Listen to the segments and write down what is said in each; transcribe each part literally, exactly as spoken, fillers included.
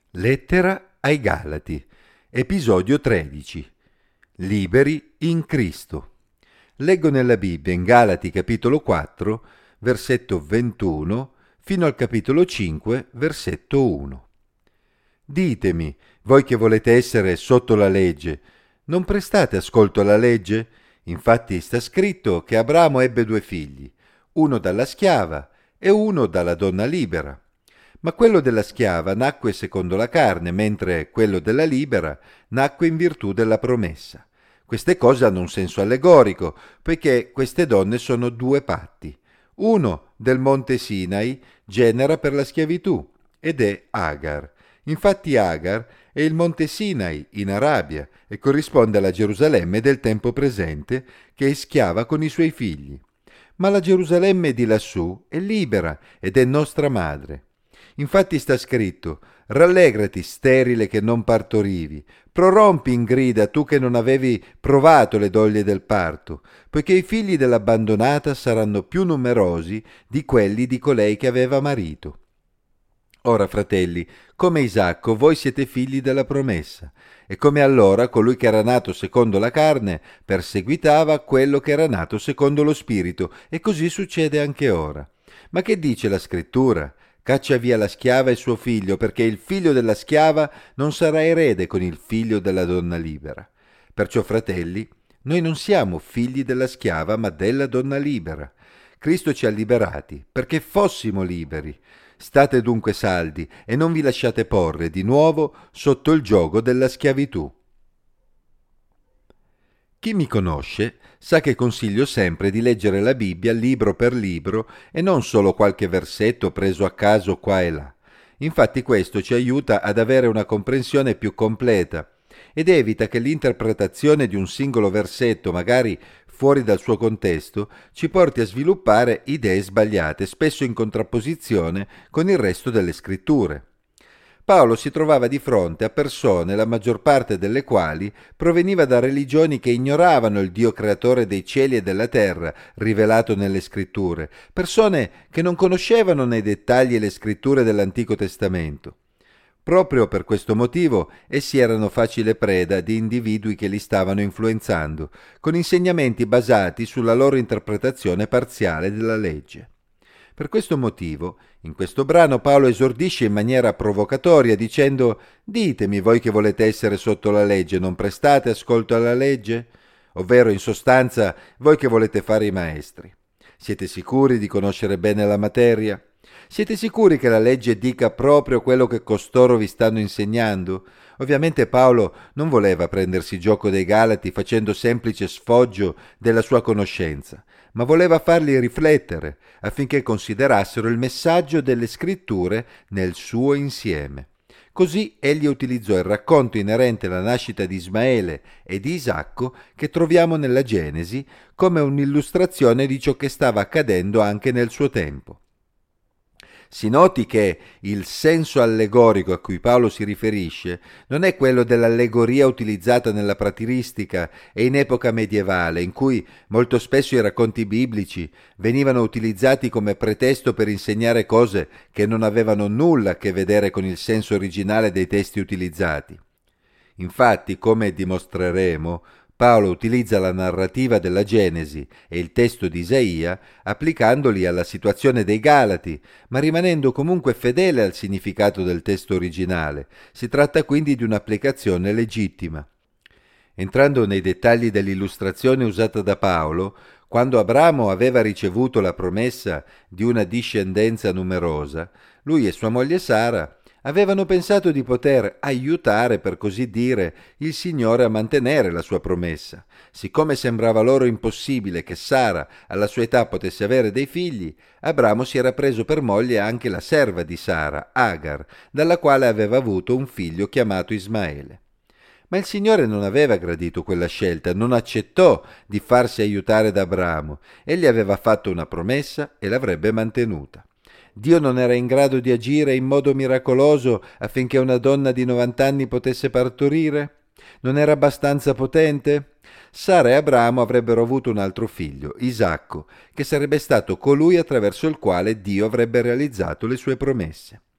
Lettera ai Galati, episodio tredici. Liberi in Cristo. Leggo nella Bibbia in Galati capitolo quattro, versetto ventuno, fino al capitolo cinque, versetto uno. Ditemi, voi che volete essere sotto la legge, non prestate ascolto alla legge? Infatti sta scritto che Abramo ebbe due figli, uno dalla schiava e uno dalla donna libera. Ma quello della schiava nacque secondo la carne, mentre quello della libera nacque in virtù della promessa. Queste cose hanno un senso allegorico, poiché queste donne sono due patti. Uno del monte Sinai genera per la schiavitù, ed è Agar. Infatti Agar è il monte Sinai in Arabia e corrisponde alla Gerusalemme del tempo presente, che è schiava con i suoi figli. Ma la Gerusalemme di lassù è libera ed è nostra madre. Infatti sta scritto: rallegrati, sterile che non partorivi, prorompi in grida tu che non avevi provato le doglie del parto, poiché i figli dell'abbandonata saranno più numerosi di quelli di colei che aveva marito. Ora, fratelli, come Isacco, voi siete figli della promessa, e come allora colui che era nato secondo la carne perseguitava quello che era nato secondo lo spirito, e così succede anche ora. Ma che dice la scrittura? Caccia via la schiava e suo figlio, perché il figlio della schiava non sarà erede con il figlio della donna libera. Perciò, fratelli, noi non siamo figli della schiava, ma della donna libera. Cristo ci ha liberati, perché fossimo liberi. State dunque saldi e non vi lasciate porre di nuovo sotto il giogo della schiavitù. Chi mi conosce sa che consiglio sempre di leggere la Bibbia libro per libro e non solo qualche versetto preso a caso qua e là. Infatti questo ci aiuta ad avere una comprensione più completa ed evita che l'interpretazione di un singolo versetto, magari fuori dal suo contesto, ci porti a sviluppare idee sbagliate, spesso in contrapposizione con il resto delle scritture. Paolo si trovava di fronte a persone, la maggior parte delle quali proveniva da religioni che ignoravano il Dio creatore dei cieli e della terra, rivelato nelle scritture, persone che non conoscevano nei dettagli le scritture dell'Antico Testamento. Proprio per questo motivo essi erano facile preda di individui che li stavano influenzando, con insegnamenti basati sulla loro interpretazione parziale della legge. Per questo motivo, in questo brano Paolo esordisce in maniera provocatoria dicendo: «Ditemi, voi che volete essere sotto la legge, non prestate ascolto alla legge?» Ovvero, in sostanza, voi che volete fare i maestri. Siete sicuri di conoscere bene la materia? Siete sicuri che la legge dica proprio quello che costoro vi stanno insegnando? Ovviamente Paolo non voleva prendersi gioco dei Galati facendo semplice sfoggio della sua conoscenza, ma voleva farli riflettere affinché considerassero il messaggio delle scritture nel suo insieme. Così egli utilizzò il racconto inerente alla nascita di Ismaele e di Isacco che troviamo nella Genesi come un'illustrazione di ciò che stava accadendo anche nel suo tempo. Si noti che il senso allegorico a cui Paolo si riferisce non è quello dell'allegoria utilizzata nella pratiristica e in epoca medievale, in cui molto spesso i racconti biblici venivano utilizzati come pretesto per insegnare cose che non avevano nulla a che vedere con il senso originale dei testi utilizzati. Infatti, come dimostreremo, Paolo utilizza la narrativa della Genesi e il testo di Isaia applicandoli alla situazione dei Galati, ma rimanendo comunque fedele al significato del testo originale. Si tratta quindi di un'applicazione legittima. Entrando nei dettagli dell'illustrazione usata da Paolo, quando Abramo aveva ricevuto la promessa di una discendenza numerosa, lui e sua moglie Sara avevano pensato di poter aiutare, per così dire, il Signore a mantenere la sua promessa. Siccome sembrava loro impossibile che Sara alla sua età potesse avere dei figli, Abramo si era preso per moglie anche la serva di Sara, Agar, dalla quale aveva avuto un figlio chiamato Ismaele. Ma il Signore non aveva gradito quella scelta, non accettò di farsi aiutare da Abramo. Egli aveva fatto una promessa e l'avrebbe mantenuta. Dio non era in grado di agire in modo miracoloso affinché una donna di novanta anni potesse partorire? Non era abbastanza potente? Sara e Abramo avrebbero avuto un altro figlio, Isacco, che sarebbe stato colui attraverso il quale Dio avrebbe realizzato le sue promesse.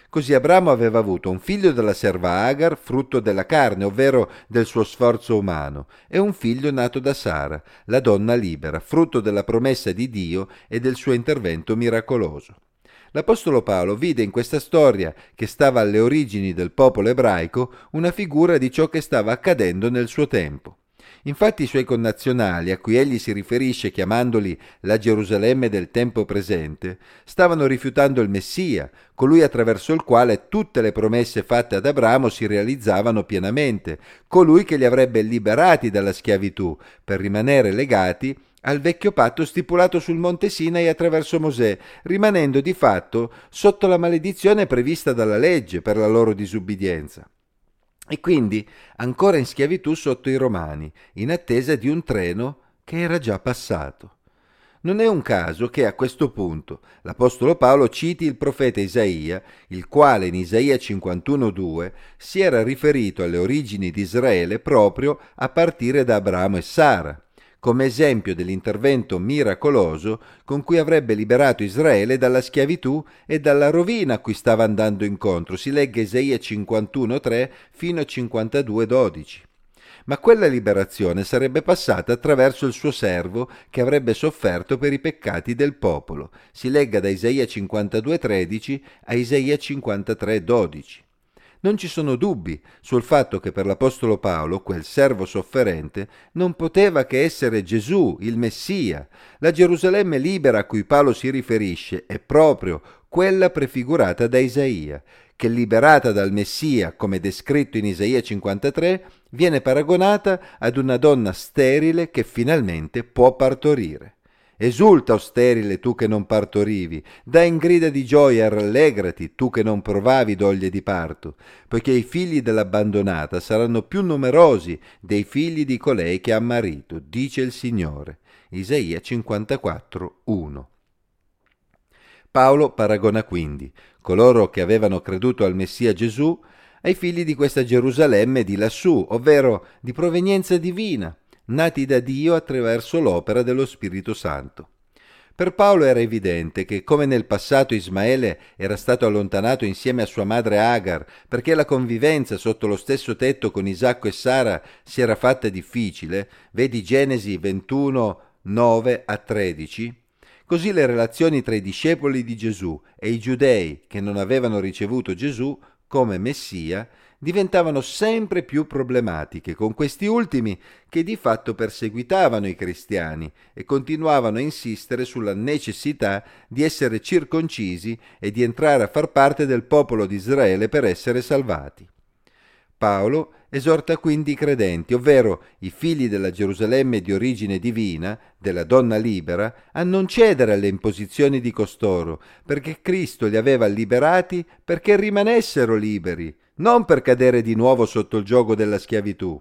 Così Abramo aveva avuto un figlio dalla serva Agar, frutto della carne, ovvero del suo sforzo umano, e un figlio nato da Sara, la donna libera, frutto della promessa di Dio e del suo intervento miracoloso. L'Apostolo Paolo vide in questa storia, che stava alle origini del popolo ebraico, una figura di ciò che stava accadendo nel suo tempo. Infatti i suoi connazionali, a cui egli si riferisce chiamandoli la Gerusalemme del tempo presente, stavano rifiutando il Messia, colui attraverso il quale tutte le promesse fatte ad Abramo si realizzavano pienamente, colui che li avrebbe liberati dalla schiavitù per rimanere legati al vecchio patto stipulato sul monte Sinai attraverso Mosè, rimanendo di fatto sotto la maledizione prevista dalla legge per la loro disubbidienza. E quindi ancora in schiavitù sotto i Romani, in attesa di un treno che era già passato. Non è un caso che a questo punto l'Apostolo Paolo citi il profeta Isaia, il quale in Isaia cinquantuno due si era riferito alle origini di Israele proprio a partire da Abramo e Sara, come esempio dell'intervento miracoloso con cui avrebbe liberato Israele dalla schiavitù e dalla rovina a cui stava andando incontro. Si legge Isaia cinquantuno tre fino a cinquantadue dodici. Ma quella liberazione sarebbe passata attraverso il suo servo che avrebbe sofferto per i peccati del popolo. Si legga da Isaia cinquantadue tredici a Isaia cinquantatré dodici. Non ci sono dubbi sul fatto che per l'Apostolo Paolo quel servo sofferente non poteva che essere Gesù, il Messia. La Gerusalemme libera a cui Paolo si riferisce è proprio quella prefigurata da Isaia, che liberata dal Messia, come descritto in Isaia cinquantatré, viene paragonata ad una donna sterile che finalmente può partorire. Esulta, o sterile, tu che non partorivi, dai in grida di gioia e rallegrati, tu che non provavi doglie di parto, poiché i figli dell'abbandonata saranno più numerosi dei figli di colei che ha marito, dice il Signore. Isaia cinquantaquattro uno. Paolo paragona quindi coloro che avevano creduto al Messia Gesù ai figli di questa Gerusalemme di lassù, ovvero di provenienza divina, nati da Dio attraverso l'opera dello Spirito Santo. Per Paolo era evidente che, come nel passato Ismaele era stato allontanato insieme a sua madre Agar perché la convivenza sotto lo stesso tetto con Isacco e Sara si era fatta difficile, vedi Genesi ventuno nove a tredici, così le relazioni tra i discepoli di Gesù e i giudei che non avevano ricevuto Gesù come Messia diventavano sempre più problematiche, con questi ultimi che di fatto perseguitavano i cristiani e continuavano a insistere sulla necessità di essere circoncisi e di entrare a far parte del popolo di Israele per essere salvati. Paolo esorta quindi i credenti, ovvero i figli della Gerusalemme di origine divina, della donna libera, a non cedere alle imposizioni di costoro, perché Cristo li aveva liberati perché rimanessero liberi, non per cadere di nuovo sotto il giogo della schiavitù.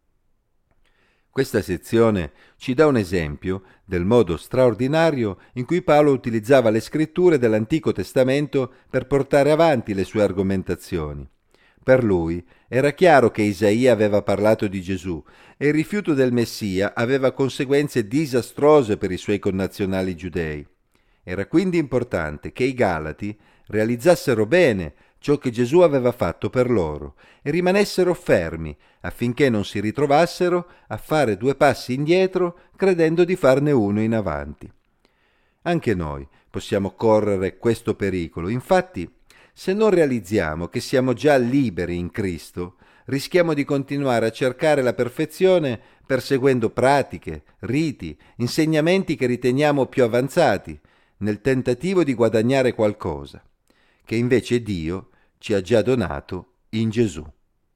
Questa sezione ci dà un esempio del modo straordinario in cui Paolo utilizzava le scritture dell'Antico Testamento per portare avanti le sue argomentazioni. Per lui era chiaro che Isaia aveva parlato di Gesù e il rifiuto del Messia aveva conseguenze disastrose per i suoi connazionali giudei. Era quindi importante che i Galati realizzassero bene ciò che Gesù aveva fatto per loro e rimanessero fermi affinché non si ritrovassero a fare due passi indietro credendo di farne uno in avanti. Anche noi possiamo correre questo pericolo. Infatti, se non realizziamo che siamo già liberi in Cristo, rischiamo di continuare a cercare la perfezione perseguendo pratiche, riti, insegnamenti che riteniamo più avanzati, nel tentativo di guadagnare qualcosa, che invece Dio ci ha già donato in Gesù.